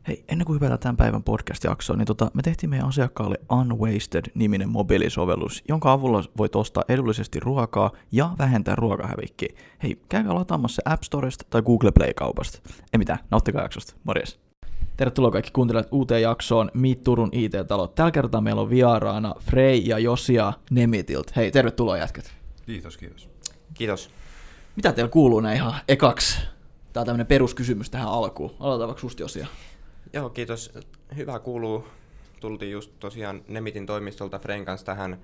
Hei, ennen kuin hypätään tämän päivän podcast-jaksoon, niin me tehtiin meidän asiakkaalle Unwasted-niminen mobiilisovellus, jonka avulla voit ostaa edullisesti ruokaa ja vähentää ruokahävikkiä. Hei, käykää lataamassa se App Storesta tai Google Play-kaupasta. Ei mitään, nauttikaa jaksosta. Morjes. Tervetuloa kaikki kuuntelijat uuteen jaksoon Meet Turun IT-talo. Tällä kertaa meillä on vieraana Frey ja Josia Nemitiltä. Hei, tervetuloa jätkät. Kiitos. Kiitos. Mitä teillä kuuluu näin ihan ekaksi? Tää on tämmönen peruskysymys tähän alkuun. Aloitetaan vaikka susta Josia. Joo, kiitos. Hyvä kuuluu. Tultiin just tosiaan Nemitin toimistolta Freyn kanssa tähän.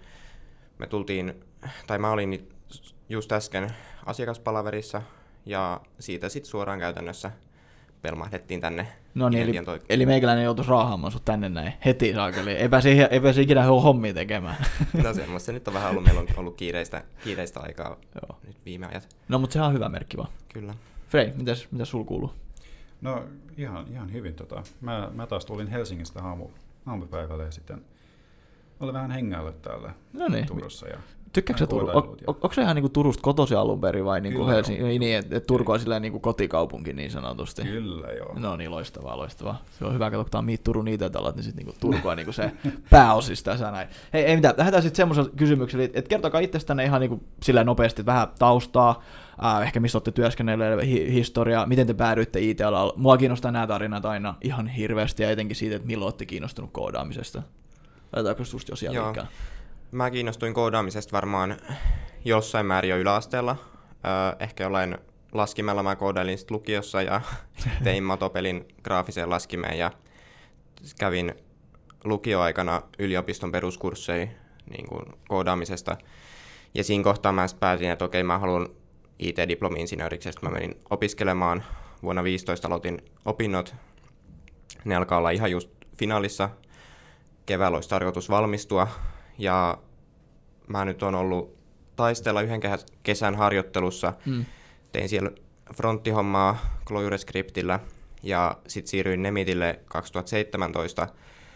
Mä olin just äsken asiakaspalaverissa ja siitä sitten suoraan käytännössä pelmahdettiin tänne. No niin, eli meikäläinen joutuisi raahaamaan sut tänne näin heti saakeli. Ei pääse ikinä hommia tekemään. No semmoista nyt on vähän ollut. Meillä on ollut kiireistä aikaa nyt viime ajat. No mutta sehän on hyvä merkki vaan. Kyllä. Frey, mitäs sul kuuluu? No ihan hyvin. Mä taas tulin Helsingistä aamupäivällä ja sitten olen vähän hengäillyt täällä Turussa. Tykkääksä onko se ihan niinku Turusta kotoisin alun perin vai niinku Helsinki, niin, että Turku on silleen niinku kotikaupunki niin sanotusti? Kyllä joo. No niin, loistavaa. Se on hyvä, kun tää on Meet Turun IT-talot, niin sitten niinku Turku on niinku se pääosista tässä näin. Hei, ei mitään, lähdetään sitten semmoisella kysymyksellä, että kertokaa itsestänne ihan niinku silleen nopeasti vähän taustaa, ehkä missä olette työskennelleet, historiaa, miten te päädyitte IT-alalle. Mua kiinnostaa nämä tarinat aina ihan hirveästi ja etenkin siitä, että milloin olette kiinnostunut koodaamisesta. Laitetaanko susta Josia liikkeelle? Mä kiinnostuin koodaamisesta varmaan jossain määrin jo yläasteella. Ehkä jollain laskimella mä koodailin sit lukiossa ja tein matopelin graafiseen laskimeen ja kävin lukioaikana yliopiston peruskursseja niin kuin koodaamisesta. Ja siinä kohtaa mä päätin, että okei, mä haluan IT-diplomi-insinööriksi, mä menin opiskelemaan. Vuonna 2015 aloitin opinnot. Ne alkaa olla ihan just finaalissa. Keväällä olisi tarkoitus valmistua. Ja mä nyt on ollut taistella yhden kesän harjoittelussa. Tein siellä fronttihommaa ClojureScriptillä ja sitten siirryin Nemitille 2017.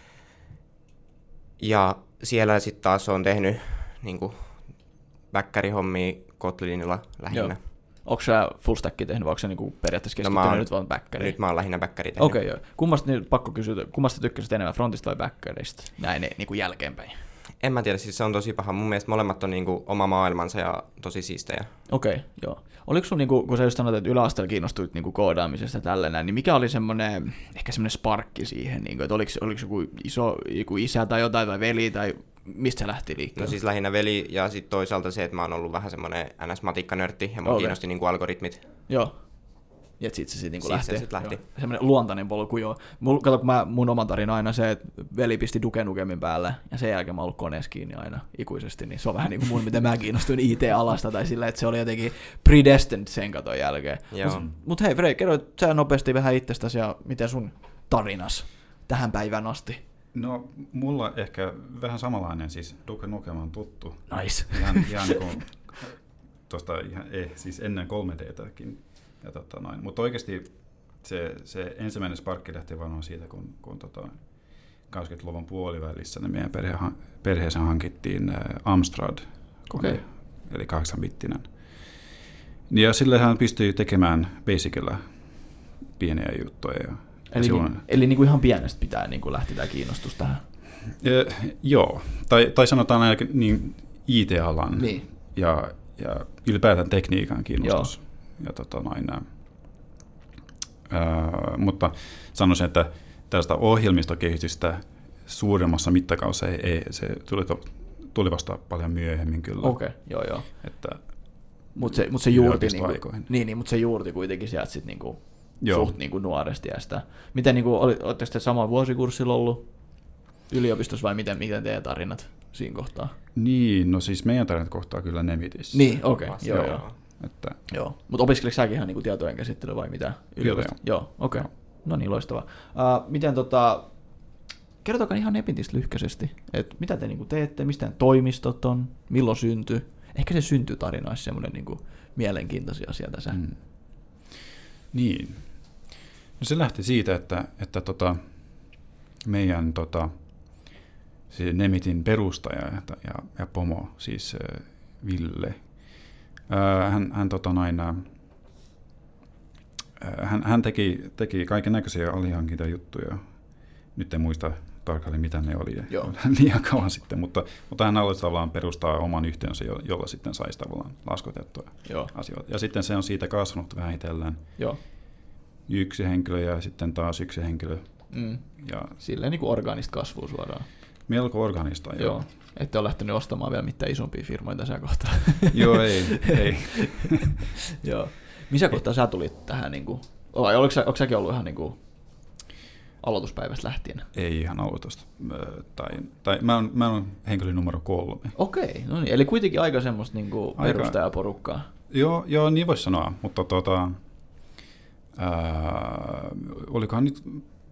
Ja siellä sitten taas on tehnyt niinku backkarihommia Kotlinilla lähinnä. Onko sä full stackia tehnyt, vai onko sä niinku periaatteessa keskittynyt nyt vaan backkäriin? Nyt mä oon lähinnä backkari tehnyt. Okei, joo. Pakko kysyä, kummasta tykkäsit enemmän, frontista vai backkarista? Näin niinku jälkeenpäin. En mä tiedä, siis se on tosi paha. Mun mielestä molemmat on niinku oma maailmansa ja tosi siistejä. Okei, joo. Oliko sun, niinku, kun sä just sanoit, että yläasteella kiinnostuit niinku koodaamisesta tällainen, niin mikä oli ehkä semmoinen sparkki siihen? Niinku, että oliko joku isä tai jotain vai veli tai mistä se lähti liikkeelle? No siis lähinnä veli ja sitten toisaalta se, että mä oon ollut vähän semmoinen NS-matikkanörtti ja mun kiinnosti niinku algoritmit. Joo. Ja sitten se siitä niinku lähti. Semmoinen luontainen polku, joo. Kato, kun mun oma tarina aina se, että veli pisti Duke Nukemin päälle, ja sen jälkeen mä oon ollut koneessa kiinni aina ikuisesti, niin se on vähän niin kuin mun, miten mä kiinnostuin IT-alasta, tai sillä, että se oli jotenkin predestined sen katon jälkeen. Mutta hei Frey, kerro sä nopeasti vähän itsestäsi, ja miten sun tarinas tähän päivään asti? No, mulla ehkä vähän samanlainen, siis Duke Nukem on tuttu. Nice. Ihan niin kuin tuosta siis ennen 3D:täkin. Mutta oikeasti se ensimmäinen sparkki lähti vaan siitä, kun 80-luvun puolivälissä niin meidän perheeseen hankittiin Amstrad-kone, eli 8-bittinen. Ja sillä hän pystyi tekemään Basicilla pieniä juttuja. Eli niin kuin ihan pienestä pitää niin kuin lähti tämä kiinnostus tähän? Joo, tai sanotaan ainakin niin IT-alan ja ylipäätään tekniikan kiinnostus. Mutta sanoisin, että tällaista ohjelmistokehitystä suuremmassa mittakaavassa se tuli vasta paljon myöhemmin kyllä. Okei, joo. Mutta se juurti mutta se juurti kuitenkin sieltä sit niinku suht niinku nuoresti iästä. Miten niinku oletteko te saman vuosikurssilla ollut yliopistossa vai miten teidän tarinat siinä kohtaa? Niin, no siis meidän tarinat kohtaa kyllä Nemitissä. Niin, joo. Mutta opiskeliko säkin ihan niinku tietojen käsittelyä vai mitä? Joo, okei. No niin, loistavaa. Miten kertokaa ihan Nepitistä lyhkäisesti, että mitä te niinku teette, mistä ne toimistot on, milloin syntyi. Ehkä se syntytarina olisi semmoinen niinku mielenkiintoisia asia tässä. Niin. No se lähti siitä, että meidän se Nemitin perustaja ja pomo, siis Ville, hän Hän teki kaiken näköisiä alihankintajuttuja. Nyt en muista tarkalleen, mitä ne oli liian kauan sitten, mutta hän aloitti tavallaan perustaa oman yhteynsä, jolla sitten saisi tavallaan laskutettua asioita. Ja sitten se on siitä kasvanut vähitellen. Yksi henkilö ja sitten taas yksi henkilö. Ja silleen niin kuin orgaanista kasvua suoraan. Melko orgaanista, joo. Ette ole lähtenyt ostamaan vielä mitään isompia firmoja tässä kohtaa. Joo, ei. Joo. Missä kohtaa sä tulit tähän? Niin kuin, vai onko säkin ollut ihan niin kuin aloituspäivästä lähtien? Ei ihan aloitusta. Tai mä oon henkilö numero 3. Okei, no niin. Eli kuitenkin aika semmoista niin kuin perustajaporukkaa. Joo, niin voisi sanoa, mutta olikohan nyt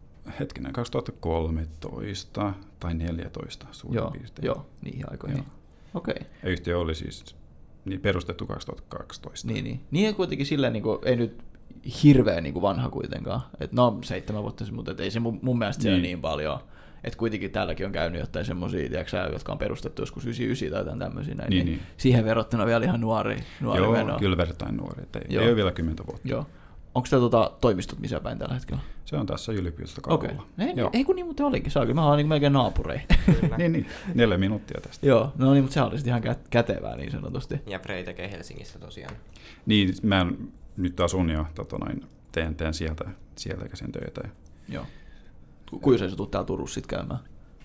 2013 tai 2014 suurin piirtein. Joo, niihin aikoihin. Okei. Ja yhtiö oli siis perustettu 2012. Niin kuitenkin silleen, niin kuin, ei nyt hirveän niin kuin vanha kuitenkaan. Et, 7 vuotta, mutta ei se mun mielestä siellä niin paljon. Että kuitenkin täälläkin on käynyt jotain semmoisia, jotka on perustettu joskus 99 tai jotain tämmöisiä. Niin. Siihen verrattuna vielä ihan nuori Joo, meno. Kyllä verrattain nuori. Ei ole vielä 10 vuotta. Joo. Onko teillä toimistot missä päin tällä hetkellä? Se on tässä yliopistokadulla. Ei kun niin muuten olikin. Se olikin. Mä olen niin melkein naapureja. niin, 4 minuuttia tästä. Joo, no niin, mutta se olisi ihan kätevää niin sanotusti. Ja Prey tekee Helsingissä tosiaan. Niin, mä nyt asun jo, teen sieltä käsin töitä. Joo. Kuinka sä tulet täällä Turussa sitten käymään?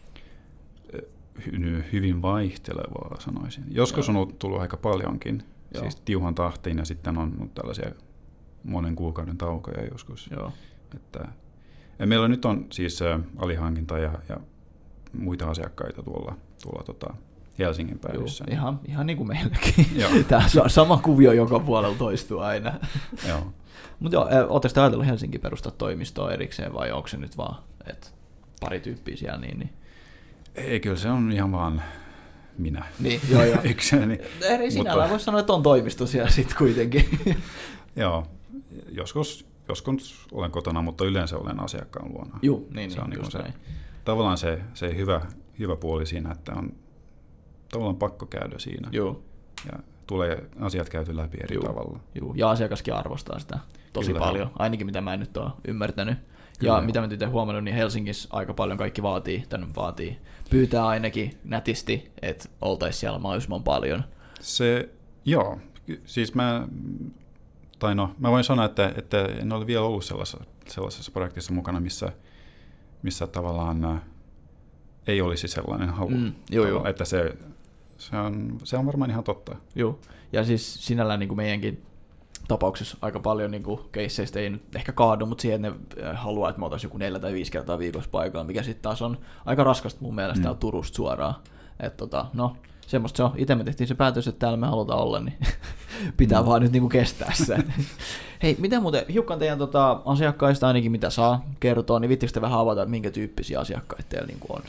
Hyvin vaihtelevaa sanoisin. Joskus on tullut aika paljonkin, siis tiuhan tahtiin, ja sitten on tällaisia monen kuukauden taukoja joskus. Joo. Ja meillä nyt on siis alihankinta ja muita asiakkaita tuolla Helsingin päivissä. Ihan niin kuin meilläkin. Tämä sama kuvio joka puolella toistuu aina. Joo. Mutta ootteko te ajatellut Helsingin perustaa toimistoa erikseen vai onko se nyt vaan pari tyyppiä siellä? Niin? Ei, kyllä se on ihan vaan minä. Niin, joo. Yksinäni. Eri sinällään voisi sanoa, että on toimisto siellä sitten kuitenkin. Joo, joskus olen kotona, mutta yleensä olen asiakkaan luona. Joo, se on niin se, tavallaan se hyvä puoli siinä, että on tavallaan pakko käydä siinä. Joo. Ja tulee asiat käyty läpi eri tavalla. Joo, ja asiakaskin arvostaa sitä tosi paljon, ainakin mitä mä en nyt ole ymmärtänyt. Ja mitä mä nyt huomannut, niin Helsingissä aika paljon kaikki pyytää ainakin nätisti, että oltaisiin siellä mahdollisimman paljon. Siis mä voin sanoa, että en ole vielä ollut sellaisessa projektissa mukana, missä tavallaan ei olisi sellainen halu. Joo. Että se on varmaan ihan totta. Joo, ja siis sinällään niin kuin meidänkin tapauksessa aika paljon niin kuin keisseistä ei nyt ehkä kaadu, mutta siihen, että ne haluaa, että me oltaisiin joku 4 tai 5 kertaa viikossa paikalla, mikä sitten taas on aika raskasta mun mielestä täällä Turusta suoraan. Että semmoista se on. Itse me tehtiin se päätös, että täällä me halutaan olla, niin pitää vaan nyt niin kuin kestää sen. Hei, mitä muuten, hiukan teidän asiakkaista ainakin, mitä saa kertoa, niin vittikö te vähän avata, että minkä tyyppisiä asiakkaita teillä niin kuin on?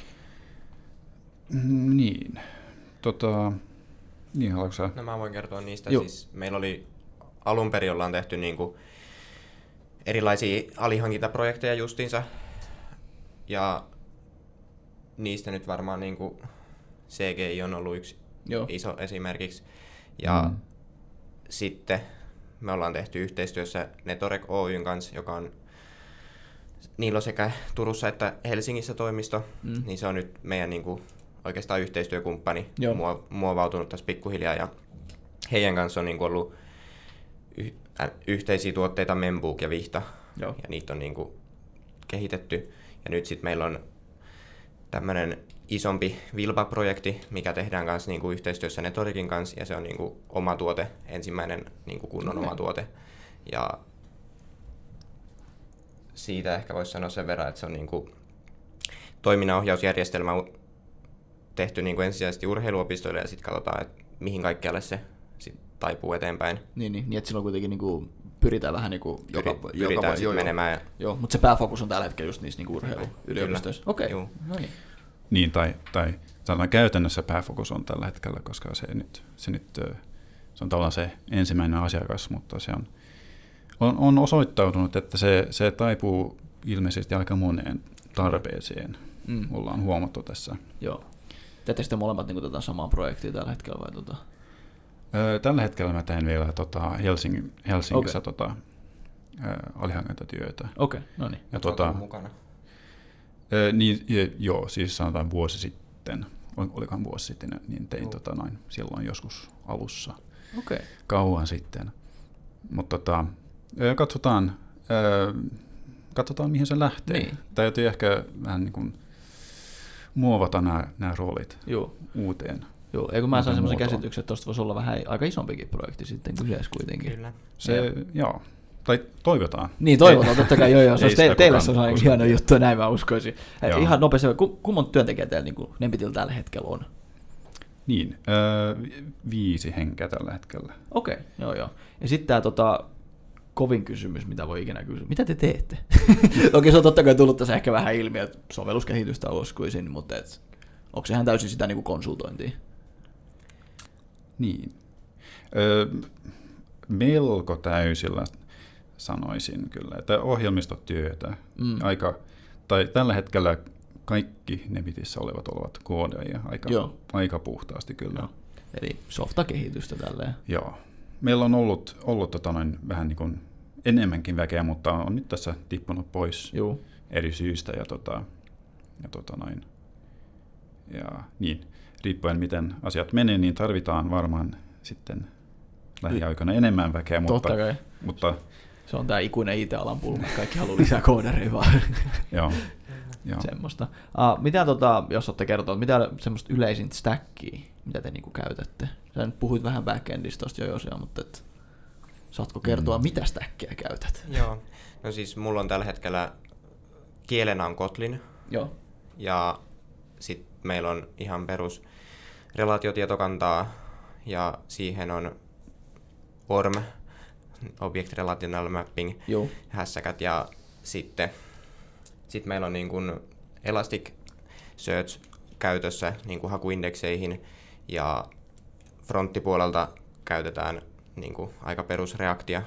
Niin, haluatko sä? No mä voin kertoa niistä. Siis meillä oli alun perin ollaan tehty niinku erilaisia alihankintaprojekteja justiinsa. Ja niistä nyt varmaan niinku CGI on ollut yksi iso esimerkiksi. Ja sitten me ollaan tehty yhteistyössä Netorek Oyn kanssa, joka on, niillä on sekä Turussa että Helsingissä toimisto, niin se on nyt meidän niinku oikeastaan yhteistyökumppani, muovautunut tässä pikkuhiljaa, ja heidän kanssa on niinku ollut yhteisiä tuotteita Membook ja Vihta, ja niitä on niinku kehitetty. Ja nyt sitten meillä on tämmöinen isompi Vilba-projekti, mikä tehdään kanssa niinku yhteistyössä Netorikin kanssa, ja se on niinku oma tuote, ensimmäinen niinku kunnon oma tuote. Ja siitä ehkä voisi sanoa sen verran, että se on niinku toiminnanohjausjärjestelmä tehty niinku ensisijaisesti urheiluopistoille, ja sitten katsotaan, että mihin kaikkialle se sit taipuu eteenpäin. Niin, että silloin kuitenkin niinku pyritään vähän niinku pyritään menemään. Joo, mutta se pääfokus on tällä hetkellä just niissä niinku urheiluyliopistoissa. Okei. No niin, tai sanotaan käytännössä pääfokus on tällä hetkellä, koska se on tavallaan se ensimmäinen asiakas, mutta se on osoittautunut, että se taipuu ilmeisesti aika moneen tarpeeseen. Ollaan huomattu tässä. Joo. Teette sitten molemmat niin tätä samaa projektia tällä hetkellä vai? Tällä hetkellä mä teen vielä Helsingissä alihankintatyötä. Okei, no niin. Ja mukana. Joo, siis sanotaan vuosi sitten, olikohan vuosi sitten, niin tein silloin joskus alussa. Okei. Kauan sitten. Mutta katsotaan mihin se lähtee. Niin. Täytyy ehkä vähän niin kuin muovata nämä roolit uuteen. Joo, eikö mä sain semmoisen käsityksen, että tuosta voisi olla vähän aika isompikin projekti sitten kyseessä kuitenkin. Kyllä. Joo. Tai toivotaan. Niin, toivotaan, totta kai, joo. Se teille se on aika hieno uskoa. juttu, näin mä uskoisin. Joo. Ihan nopeasti, kuinka monta työntekijää teillä niin Nempitillä tällä hetkellä on? Niin, 5 henkeä tällä hetkellä. Okei, joo. Ja sitten tämä kovin kysymys, mitä voi ikinä kysyä. Mitä te teette? Okei, se on totta kai tullut tässä ehkä vähän ilmi, että sovelluskehitystä uskoisin, mutta onko sehän täysin sitä niin kuin konsultointia? Niin. Melko täysillä sanoisin kyllä, että ohjelmistotyötä. Tai tällä hetkellä kaikki Nempitissä olevat koodeja aika puhtaasti kyllä. Joo. Eli softakehitystä tälleen. Joo. Meillä on ollut vähän niin kuin enemmänkin väkeä, mutta on nyt tässä tippunut pois eri syistä ja niin, riippuen miten asiat menee, niin tarvitaan varmaan sitten lähiaikoina enemmän väkeä, mutta se on tämä ikuinen IT-alan pulma, kaikki haluaa lisää koodareja vaan. Joo. Semmoista. Mitä jos olette kertoa, mitä semmoista yleisintä stackia, mitä te niinku käytätte? Sä nyt puhuit vähän backendista tosta jo, mutta saatko kertoa, mitä stackia käytät? Joo, no siis mulla on tällä hetkellä kielenä on Kotlin. Joo. Ja sitten meillä on ihan perus relaatiotietokantaa ja siihen on ORM, Object Relational Mapping, hässäkät ja sitten meillä on niin kuin Elasticsearch käytössä niin kuin hakuindekseihin ja fronttipuolelta käytetään niin kuin aika perus Reactia.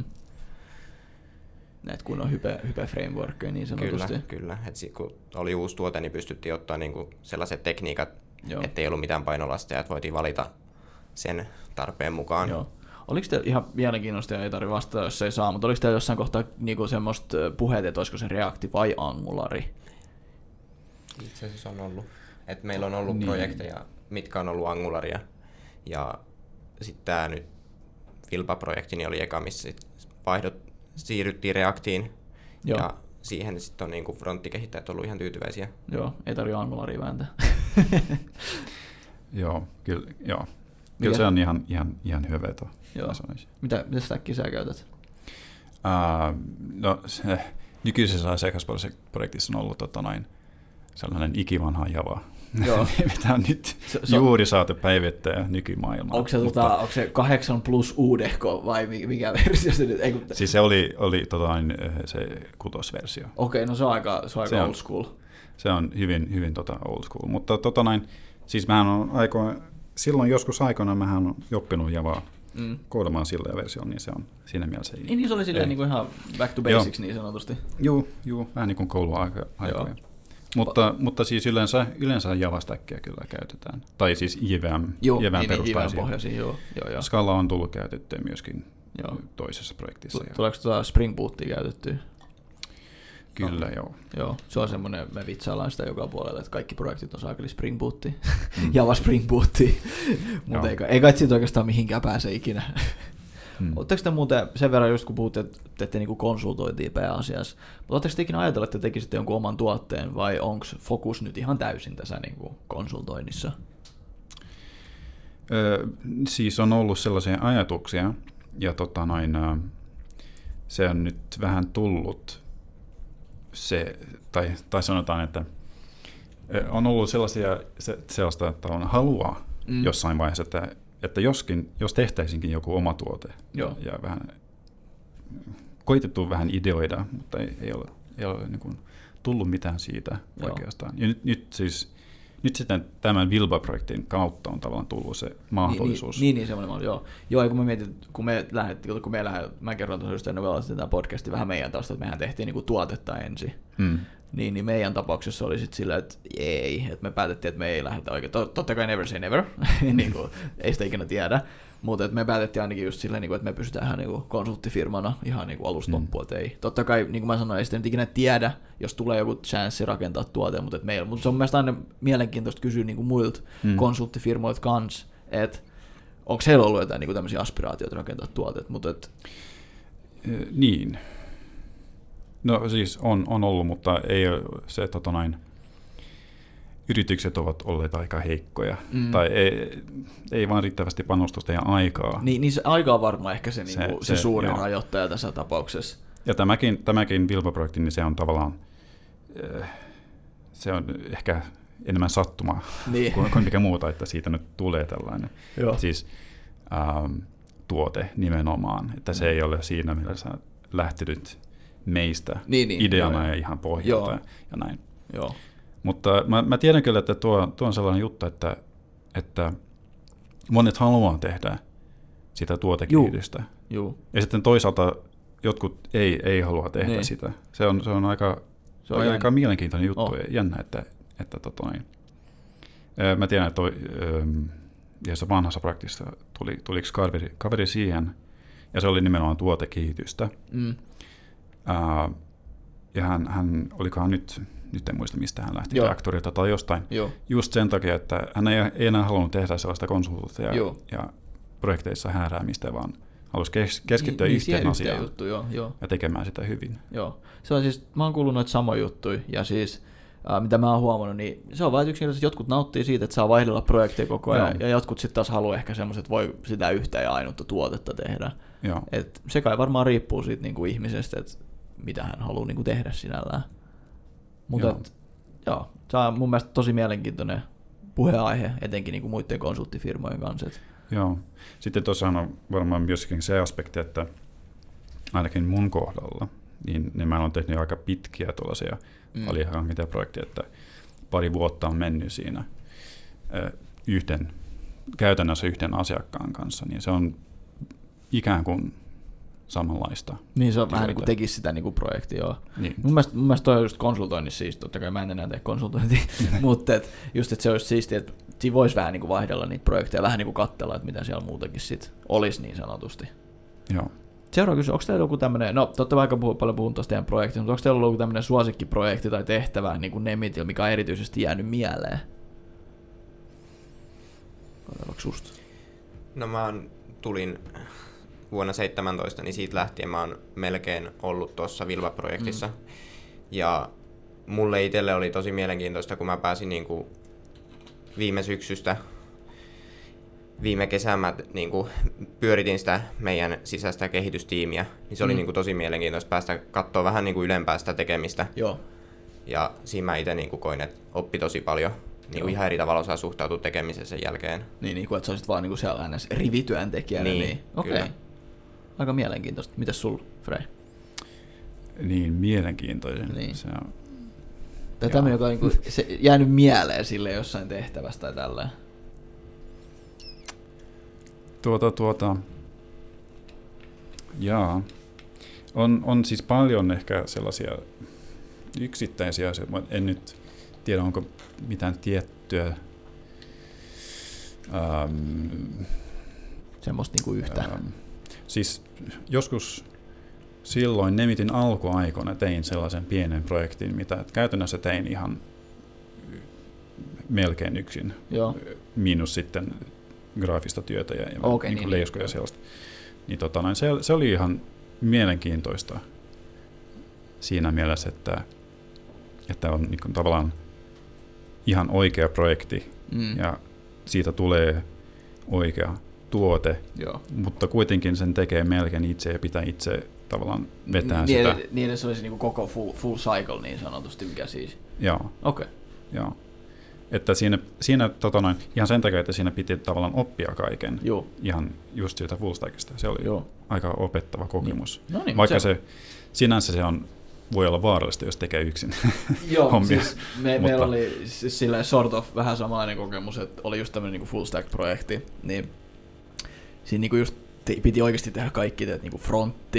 Näitä kun on hype-frameworkkeja niin sanotusti. Kyllä. Kun oli uusi tuote, niin pystyttiin ottaa niin kuin sellaiset tekniikat, ettei ollut mitään painolasteja, että voitiin valita sen tarpeen mukaan. Joo. Oliko te ihan mielenkiinnosta, ja ei tarvitse vastata, jos ei saa, mutta oliko te jossain kohtaa niinku semmoista puheet, että olisiko se Reacti vai Angulari? Itse asiassa on ollut. Et meillä on ollut projekteja, mitkä on ollut Angularia, ja sitten tämä nyt Vilpa-projekti niin oli eka, missä siirryttiin Reactiin, ja siihen sitten on niinku fronttikehittäjät ollut ihan tyytyväisiä. Joo, ei tarvitse Angularia vääntää. Kyllä se on ihan hyvä veto. Mitä stackia sä käytät? Nykyisessä asiakasprojektissa on ollut sellainen ikivanha Java, mitä on nyt juuri saatu päivittää nykymaailmaan. Onko se 8 plus uudehko vai mikä versio se nyt? Siis se oli se 6-versio. Okei, no se on aika old school. Se on hyvin old school, mutta siis mähän on silloin joskus aikoina mähän on oppinut Javaa koodamaan sillä versiolla, niin se on siinä mielessä. Niin se oli silleen niin kuin ihan back to basics niin sanotusti. Joo, vähän niin kuin kouluaikoja. Mutta siis yleensä Java-stackia kyllä käytetään. Tai siis JVM perustaisia. Joo. Scala on tullut käytettyä myöskin toisessa projektissa. Tuleeko Spring Bootia käytettyä? Kyllä, Joo, se on semmoinen, me vitsaillaan sitä joka puolella, että kaikki projektit on saakeli Spring Bootia, Java Spring Bootia, mutta ei kai siitä oikeastaan mihinkään pääse ikinä. Oletteko te muuten, sen verran just kun puhutte, että teette niinku konsultointia pääasiassa, mutta oletteko te ikinä ajatella, että te tekisitte jonkun oman tuotteen, vai onko fokus nyt ihan täysin tässä niinku konsultoinnissa? Siis on ollut sellaisia ajatuksia, ja se on nyt vähän tullut tai sanotaan, että on ollut sellaista, että on halua jossain vaiheessa, että jos tehtäisinkin joku oma tuote ja vähän koitettu vähän ideoida, mutta ei ole niin kuin tullut mitään siitä oikeastaan. Ja nyt sitten tämän Vilba-projektin kautta on tavallaan tullut se mahdollisuus. Niin semmoinen, joo. Joo, ja kun mä mietin, mä kerron tuossa just ennen kuin aloitettiin tämä podcasti vähän meidän taustasta, että mehän tehtiin niinku tuotetta ensin. Niin meidän tapauksessa oli sitten sillä, että ei, että me päätettiin, että me ei lähdetä oikein. Totta kai never say never, niin kuin, ei sitä ikinä tiedä, mutta me päätettiin ainakin just silleen, että me pysytään ihan niin konsulttifirmana ihan niin alusta loppuun, että ei. Totta kai, niin kuin mä sanoin, ei sitä nyt ikinä tiedä, jos tulee joku chanssi rakentaa tuote, mutta se on mielestäni aina mielenkiintoista kysyä niin kuin muilta konsulttifirmoilta kanssa, että onko heillä ollut jotain niin tämmöisiä aspiraatioita rakentaa tuotet, mutta Niin. No siis on ollut, mutta ei ole se, yritykset ovat olleet aika heikkoja, tai ei vaan riittävästi panostusta ja aikaa. Niin se aika on varmaan ehkä se suurin rajoittaja tässä tapauksessa. Ja tämäkin Vilpa-projekti, niin se on tavallaan, se on ehkä enemmän sattumaa kuin mikä muuta, että siitä nyt tulee tällainen. Siis tuote nimenomaan, että se ei ole siinä mielessä lähtenyt meistä ideana ja ihan pohjalta ja näin. Joo. Mutta mä tiedän kyllä, että tuo on sellainen juttu, että monet haluaa tehdä sitä tuotekehitystä. Ja sitten toisaalta jotkut ei halua tehdä sitä. Se on aika mielenkiintoinen juttu ja jännä, että mä tiedän, että jossain vanhassa projektissa tuli yksi kaveri siihen, ja se oli nimenomaan tuotekehitystä. Ja hän olikohan nyt en muista, mistä hän lähti, Reaktorilta tai jostain. Just sen takia, että hän ei enää halunnut tehdä sellaista konsulttia ja projekteissa hääräämistä, vaan halusi keskittyä yhteen asiaan juttu, ja tekemään sitä hyvin. Joo. Se on siis, mä oon kuullut noita samoja juttuja, ja siis mitä mä oon huomannut, niin se on vain yksinkertaisesti, jotkut nauttii siitä, että saa vaihdella projekteja koko ajan, ja jotkut sitten taas haluaa ehkä semmoiset, että voi sitä yhtä ja ainutta tuotetta tehdä. Et se kai varmaan riippuu siitä niin kuin ihmisestä, että mitä hän haluaa niin kuin tehdä sinällään. Mutta se on mun mielestä tosi mielenkiintoinen puheenaihe, etenkin niin kuin muiden konsulttifirmojen kanssa. Joo. Sitten tuossa on varmaan myöskin se aspekti, että ainakin mun kohdalla, niin mä oon tehnyt aika pitkiä tuollaisia alihankintaprojekteja, että pari vuotta on mennyt siinä käytännössä yhden asiakkaan kanssa, niin se on ikään kuin samanlaista. Niin se on vähän niin kuin tekisi sitä niin kuin projektia, joo. Niin. Mun mielestä toi on just konsultoinnissa siis, totta kai mä en enää tee konsultointia, mutta just, että se olisi siistiä, että siinä voisi vähän niin kuin vaihdella niitä projekteja, vähän niin kuin katsella, että mitä siellä muutakin sit olisi niin sanotusti. Joo. Seuraava kysymys, onko teillä joku tämmöinen, no totta vai aika paljon puhun tuosta teidän projektista, mutta onko teillä ollut joku tämmöinen suosikkiprojekti tai tehtävä niin kuin Nemitil, mikä on erityisesti jäänyt mieleen? Onko susta? No mä tulin vuonna 2017, niin siitä lähtien mä oon melkein ollut tuossa Vilva-projektissa. Ja mulle itselle oli tosi mielenkiintoista, kun mä pääsin niinku viime syksystä, viime kesän mä niinku pyöritin sitä meidän sisäistä kehitystiimiä. Niin se oli niinku tosi mielenkiintoista päästä katsoa vähän niinku ylempää sitä tekemistä. Joo. Ja siinä mä itse niinku koin, että oppi tosi paljon. Niin ihan eri tavalla saa suhtautua tekemiseen sen jälkeen. Niin kuin, että sä olisit vaan niinku siellä rivityöntekijänä. Niin. Okei. Aika mielenkiintoista. Mitäs sulla, Frey? Niin, mielenkiintoinen. Niin. Se on... Tai tämmöinen, joka on niinku, se jäänyt mieleen sille jossain tehtävästä tai tälleen. Jaa. On siis paljon ehkä sellaisia yksittäisiä asioita. En nyt tiedä, onko mitään tiettyä semmoista niinku yhtä. Siis joskus silloin Nemitin alkuaikoina tein sellaisen pienen projektin, mitä käytännössä tein ihan melkein yksin. Joo. Miinus sitten graafista työtä ja niin leiskoja ja sellaista. Niin se oli ihan mielenkiintoista siinä mielessä, että on niin kuin tavallaan ihan oikea projekti ja siitä tulee oikea tuote, mutta kuitenkin sen tekee melkein itse ja pitää itse tavallaan vetää sitä. Niin, se olisi niin kuin koko full cycle niin sanotusti, mikä siis. Joo. Okei. Joo. Että siinä ihan sen takia, että siinä piti tavallaan oppia kaiken. Joo. Ihan just siitä full stackista. Se oli aika opettava kokemus. Niin. No niin, vaikka sinänsä se voi olla vaarallista, jos tekee yksin hommia. Siis meillä oli siis silleen sort of vähän samanlainen kokemus, että oli just tämmöinen niin full stack-projekti, niin siinä niin just piti oikeasti tehdä kaikki, että niin frontti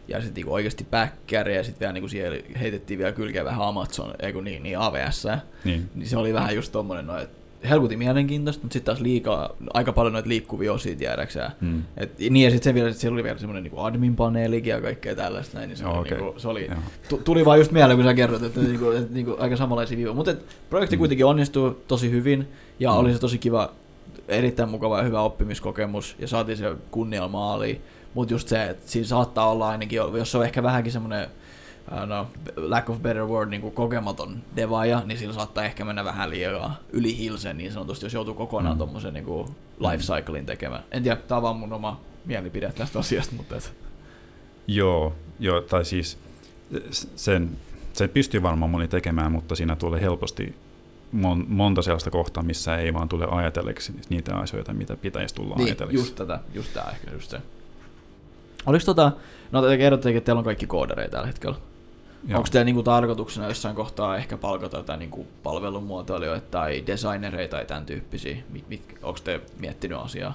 ja sitten niinku oikeasti päkkäri, ja sitten vielä niinku siellä heitettiin vielä kylkeen vähän Amazon, niin AWS, niin se oli vähän just tommonen, no, että helkutin mielenkiintoista, mutta sitten taas aika paljon noita liikkuvia osia tiedäksä. Niin ja sitten siellä oli vielä semmoinen niinku admin-paneelikin ja kaikkea tällaista näin, niin se oli tuli vaan just mieleen, kun sä kerrot, että niinku aika samanlaisia viivoja. Mutta projekti kuitenkin onnistui tosi hyvin ja oli se tosi kiva, erittäin mukava ja hyvä oppimiskokemus ja saatiin se kunnialla maaliin. Mutta just se, että siinä saattaa olla ainakin, jos se on ehkä vähänkin semmoinen lack of better word, niin kuin kokematon devaaja, niin sillä saattaa ehkä mennä vähän liikaa yli hilsen niin sanotusti, jos joutuu kokonaan tommosen niin kuin life cyclein tekemään. En tiedä, tää on vaan mun oma mielipide tästä asiasta, mutta Joo, tai siis sen pystyy varmaan moni tekemään, mutta siinä tulee helposti monta sellaista kohtaa, missä ei vaan tule ajatelleeksi niitä asioita, mitä pitäisi tulla ajatelleeksi. Just tää ehkä just se. Oliko no te kerrotte, että teillä on kaikki koodareita tällä hetkellä. Onko teillä niinku tarkoituksena jossain kohtaa ehkä palkata jotain niinku palvelumuotoilijoita tai designereita tai tämän tyyppisiä? Onko te miettinyt asiaa?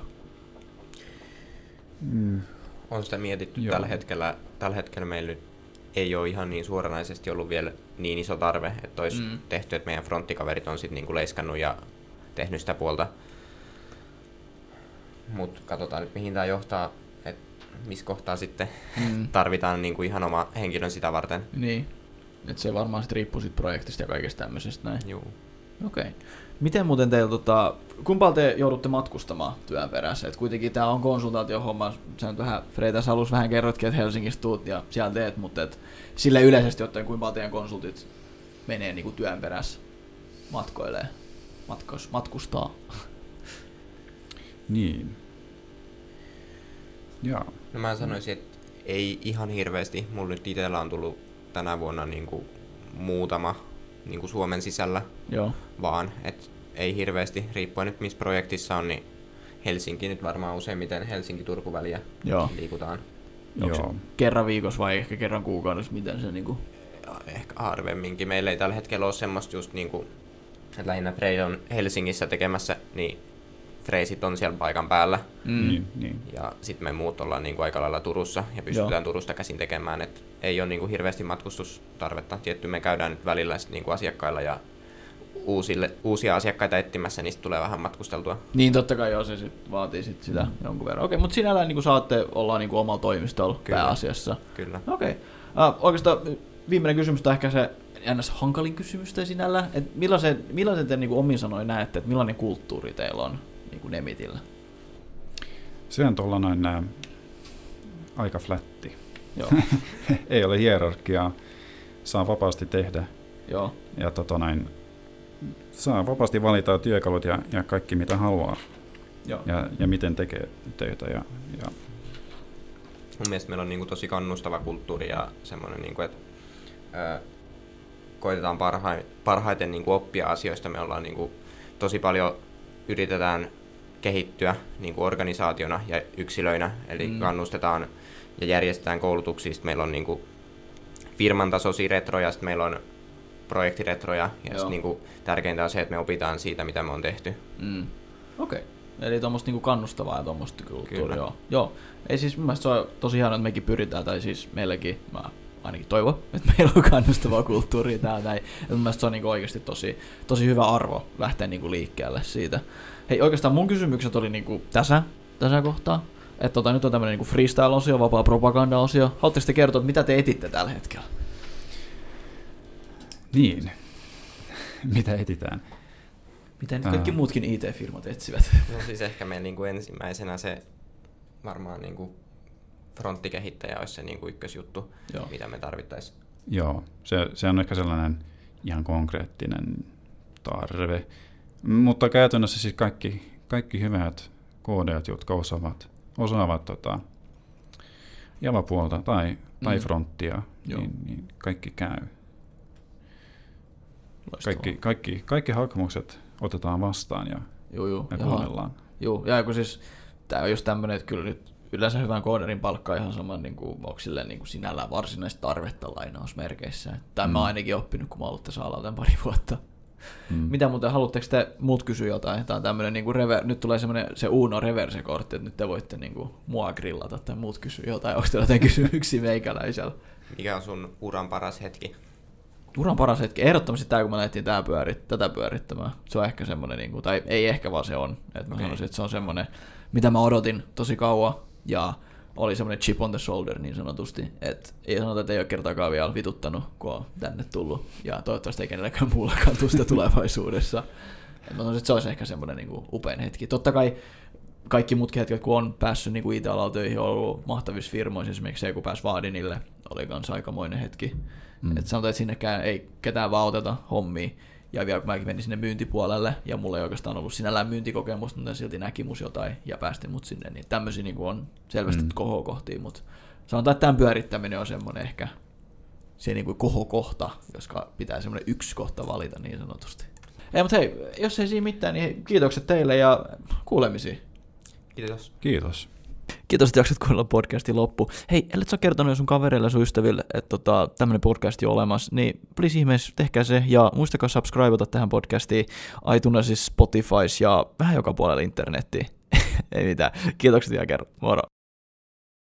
On sitä mietitty tällä hetkellä. Tällä hetkellä meillä nyt ei ole ihan niin suoranaisesti ollut vielä niin iso tarve, että olisi tehty, että meidän fronttikaverit on sitten niinku leiskannut ja tehnyt sitä puolta. Mutta katsotaan nyt mihin tämä johtaa. Missä kohtaa sitten tarvitaan niin kuin ihan oma henkilön sitä varten. Niin, että se varmaan sitten riippuu siitä projektista ja kaikesta tämmöisestä näin. Joo. Okei. Miten muuten teillä, kumpaa te joudutte matkustamaan työn perässä? Et kuitenkin tämä on konsultaatiohomma, sä nyt vähän Freitas alussa vähän kerrotkin, että Helsingistä tuut ja siellä teet, mutta sille yleisesti ottaen kuinka teidän konsultit menee niin kuin työn perässä, matkoilee, matkustaa? Niin. Joo. No mä sanoisin, että ei ihan hirveästi. Mulla nyt itsellä on tullut tänä vuonna niinku muutama niinku Suomen sisällä, vaan et ei hirveästi, riippuen nyt missä projektissa on, niin Helsinki nyt varmaan useimmiten Helsinki-Turku-väliä liikutaan. Onko kerran viikossa vai ehkä kerran kuukaudessa, miten se niinku? Ja ehkä harvemminkin. Meillä ei tällä hetkellä ole semmoista just niinku, että lähinnä Frey on Helsingissä tekemässä, niin Freysit on siellä paikan päällä. Niin. Ja sitten me muut ollaan niinku aika lailla Turussa ja pystytään Turusta käsin tekemään, että ei ole niinku hirveästi matkustustarvetta. Tietty me käydään nyt välillä sit niinku asiakkailla ja uusia asiakkaita etsimässä, niin tulee vähän matkusteltua. Niin totta kai se sit vaatii sitä jonkun verran. Okei, mutta sinällään niinku saatte olla niinku omalla toimistolla pääasiassa. Kyllä. Okei. Oikeastaan viimeinen kysymys on ehkä se ns. Hankalin kysymys sinällään. Millaisen te niinku omin sanoin näette, että millainen kulttuuri teillä on niinku Nemitillä? Se on tuolla noin aika flätti. Joo. Ei ole hierarkiaa. Saa vapaasti tehdä. Joo. Ja saa vapaasti valita työkalut ja kaikki mitä haluaa. Joo. Ja miten tekee töitä. Ja. Mun mielestä meillä on niinku tosi kannustava kulttuuri ja semmoinen, niinku, että koitetaan parhaiten niinku oppia asioista. Me ollaan niinku, tosi paljon yritetään kehittyä niinku organisaationa ja yksilöinä, eli kannustetaan ja järjestetään koulutuksia. Sitten meillä on niinku firman tasoisia retroja, sitten meillä on projektiretroja, ja niinku tärkeintä on se, että me opitaan siitä, mitä me on tehty. Okei. Eli tuommoista niinku kannustavaa ja tuommoista kulttuuria. Joo. Ei siis mun mielestä se on tosi hienoa, että mekin pyritään, tai siis meilläkin, mä ainakin toivon, että meillä on kannustavaa kulttuuria täällä näin. Mun mielestä se on niinku oikeasti tosi hyvä arvo lähteä niinku liikkeelle siitä. Hei, oikeastaan mun kysymykset oli niinku tässä kohtaa. Että nyt on tämmönen niinku freestyle-osio, vapaa propaganda-osio. Haluatteko te kertoa, että mitä te etitte tällä hetkellä? Niin. Mitä etitään? Mitä nyt kaikki muutkin IT-firmat etsivät? No siis ehkä meillä niinku ensimmäisenä se varmaan niinku fronttikehittäjä olisi se niinku ykkösjuttu, mitä me tarvittaisiin. Joo, se on ehkä sellainen ihan konkreettinen tarve. Mutta käytännössä siis kaikki hyvät koodejat, jotka osaavat Java-puolta tai fronttia, niin kaikki käy. Kaikki hakemukset otetaan vastaan ja kuunnellaan. Joo, ja kun siis tämä on just tämmöinen, että kyllä nyt yleensä hyvän koodarin palkkaa ihan saman, niin kuin, onko silleen niin kuin sinällään varsinaista tarvetta lainausmerkeissä. Tämä mä ainakin oppinut, kun mä oon ollut tässä alalla pari vuotta. Mitä muuten, haluatteko te muut kysyä jotain? Tämä on tämmöinen, niin kuin nyt tulee semmoinen se Uno reverse-kortti, että nyt te voitte niin kuin mua grillata tai muut kysyä jotain. Onko teillä jotain kysymyksiä meikäläisellä? Mikä on sun uran paras hetki? Uran paras hetki. Ehdottomasti tämä, kun mä lähdettiin tätä pyörittämään. Se on ehkä semmoinen, niin kuin, tai ei ehkä, vaan se on. Että mä sanoisin, että se on semmoinen, mitä mä odotin tosi kauan. Ja oli semmoinen chip on the shoulder niin sanotusti. Että ei sanota, että ei ole kertaakaan vielä vituttanut, kun on tänne tullut. Ja toivottavasti ei kenelläkään muullakaan tule sitä tulevaisuudessa. Mä sanoisin, että se olisi ehkä semmoinen niin kuin upein hetki. Totta kai kaikki muutkin hetket, kun on päässyt niin kuin IT-alalla töihin, on ollut mahtavissa firmoissa. Esimerkiksi se, kun pääsi Vaadinille, oli kanssa aikamoinen hetki. Että sanotaan, että sinnekään ei ketään vaan oteta hommiin. Ja vielä kun mäkin menin sinne myyntipuolelle, ja mulla ei oikeastaan ollut sinällään myyntikokemusta, mutta silti näki mus jotain ja päästi mut sinne. Niin tämmöisiä niin on selvästi kohokohtia, mutta sanotaan, että tämän pyörittäminen on semmoinen ehkä se niin kuin kohokohta, koska pitää semmoinen yksi kohta valita niin sanotusti. Ei, mutta hei, jos ei siinä mitään, niin hei, kiitokset teille ja kuulemisiin. Kiitos. Kiitos. Kiitos, että jaksat kuunnella podcastin loppu. Hei, ellet sä kertonut sun kavereille ja sun ystäville, että tämmönen podcast on olemassa, niin please ihmeessä tehkää se ja muistakaa subscribeata tähän podcastiin iTunesissa, Spotifys ja vähän joka puolella internettiin. Ei mitään. Kiitokset vielä kerran. Moro.